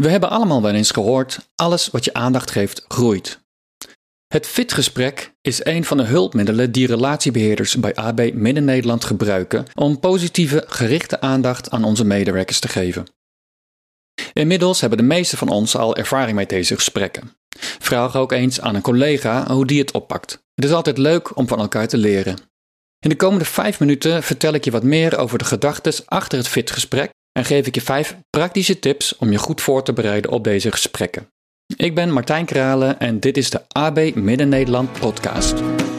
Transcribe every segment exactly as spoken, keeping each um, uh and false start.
We hebben allemaal wel eens gehoord, alles wat je aandacht geeft, groeit. Het Fit-gesprek is een van de hulpmiddelen die relatiebeheerders bij A B Midden-Nederland gebruiken om positieve, gerichte aandacht aan onze medewerkers te geven. Inmiddels hebben de meesten van ons al ervaring met deze gesprekken. Vraag ook eens aan een collega hoe die het oppakt. Het is altijd leuk om van elkaar te leren. In de komende vijf minuten vertel ik je wat meer over de gedachtes achter het Fit-gesprek en geef ik je vijf praktische tips om je goed voor te bereiden op deze gesprekken. Ik ben Martijn Kralen en dit is de A B Midden-Nederland podcast.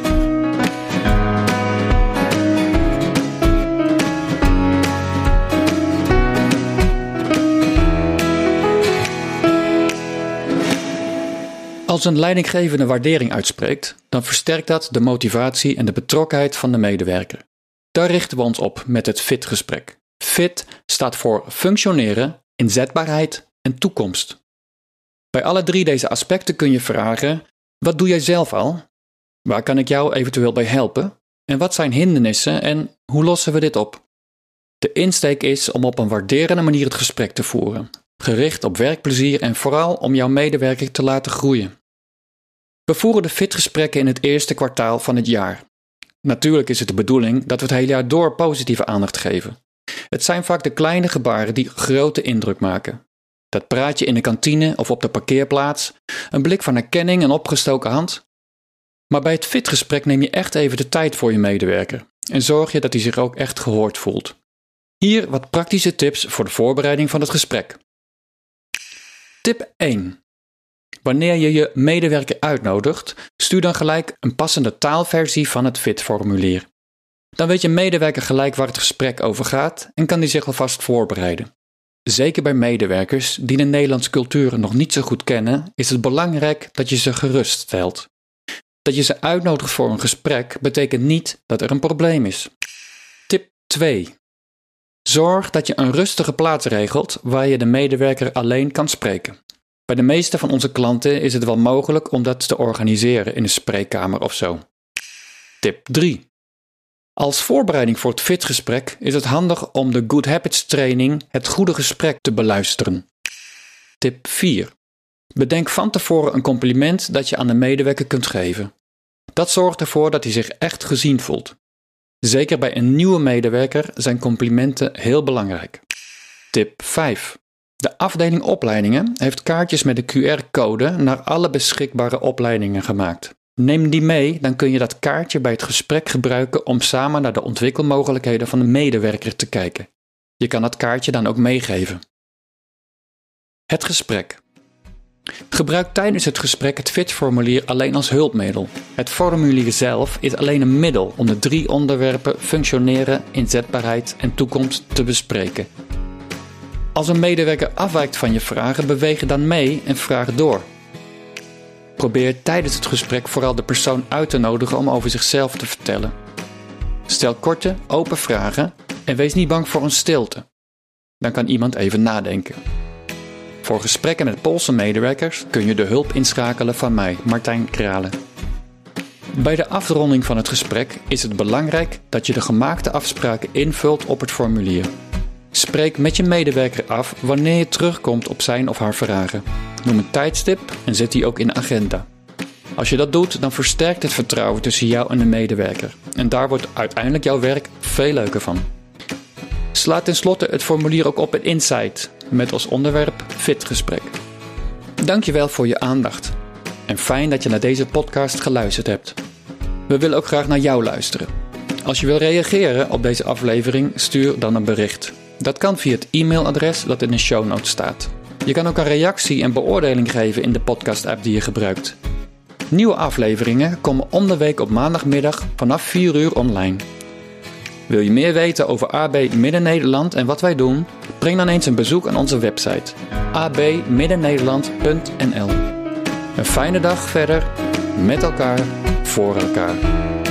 Als een leidinggevende waardering uitspreekt, dan versterkt dat de motivatie en de betrokkenheid van de medewerker. Daar richten we ons op met het Fit-gesprek. Fit staat voor functioneren, inzetbaarheid en toekomst. Bij alle drie deze aspecten kun je vragen: wat doe jij zelf al? Waar kan ik jou eventueel bij helpen? En wat zijn hindernissen en hoe lossen we dit op? De insteek is om op een waarderende manier het gesprek te voeren, gericht op werkplezier en vooral om jouw medewerker te laten groeien. We voeren de Fit-gesprekken in het eerste kwartaal van het jaar. Natuurlijk is het de bedoeling dat we het hele jaar door positieve aandacht geven. Het zijn vaak de kleine gebaren die grote indruk maken. Dat praatje in de kantine of op de parkeerplaats, een blik van erkenning en opgestoken hand. Maar bij het Fit-gesprek neem je echt even de tijd voor je medewerker en zorg je dat hij zich ook echt gehoord voelt. Hier wat praktische tips voor de voorbereiding van het gesprek. Tip één. Wanneer je je medewerker uitnodigt, stuur dan gelijk een passende taalversie van het Fit-formulier. Dan weet je medewerker gelijk waar het gesprek over gaat en kan die zich alvast voorbereiden. Zeker bij medewerkers die de Nederlandse cultuur nog niet zo goed kennen, is het belangrijk dat je ze geruststelt. Dat je ze uitnodigt voor een gesprek betekent niet dat er een probleem is. Tip twee. Zorg dat je een rustige plaats regelt waar je de medewerker alleen kan spreken. Bij de meeste van onze klanten is het wel mogelijk om dat te organiseren in een spreekkamer of zo. Tip drie. Als voorbereiding voor het Fit-gesprek is het handig om de Good Habits training Het Goede Gesprek te beluisteren. Tip vier. Bedenk van tevoren een compliment dat je aan de medewerker kunt geven. Dat zorgt ervoor dat hij zich echt gezien voelt. Zeker bij een nieuwe medewerker zijn complimenten heel belangrijk. Tip vijf. De afdeling opleidingen heeft kaartjes met de Q R-code naar alle beschikbare opleidingen gemaakt. Neem die mee, dan kun je dat kaartje bij het gesprek gebruiken om samen naar de ontwikkelmogelijkheden van de medewerker te kijken. Je kan dat kaartje dan ook meegeven. Het gesprek. Gebruik tijdens het gesprek het Fit-formulier alleen als hulpmiddel. Het formulier zelf is alleen een middel om de drie onderwerpen functioneren, inzetbaarheid en toekomst te bespreken. Als een medewerker afwijkt van je vragen, beweeg dan mee en vraag door. Probeer tijdens het gesprek vooral de persoon uit te nodigen om over zichzelf te vertellen. Stel korte, open vragen en wees niet bang voor een stilte. Dan kan iemand even nadenken. Voor gesprekken met Poolse medewerkers kun je de hulp inschakelen van mij, Martijn Kralen. Bij de afronding van het gesprek is het belangrijk dat je de gemaakte afspraken invult op het formulier. Spreek met je medewerker af wanneer je terugkomt op zijn of haar vragen. Noem een tijdstip en zet die ook in de agenda. Als je dat doet, dan versterkt het vertrouwen tussen jou en de medewerker. En daar wordt uiteindelijk jouw werk veel leuker van. Sla tenslotte het formulier ook op in Insight, met als onderwerp Fit-gesprek. Dankjewel voor je aandacht. En fijn dat je naar deze podcast geluisterd hebt. We willen ook graag naar jou luisteren. Als je wil reageren op deze aflevering, stuur dan een bericht. Dat kan via het e-mailadres dat in de show notes staat. Je kan ook een reactie en beoordeling geven in de podcast-app die je gebruikt. Nieuwe afleveringen komen om de week op maandagmiddag vanaf vier uur online. Wil je meer weten over A B Midden-Nederland en wat wij doen? Breng dan eens een bezoek aan onze website a b midden nederland punt n l. Een fijne dag verder, met elkaar, voor elkaar.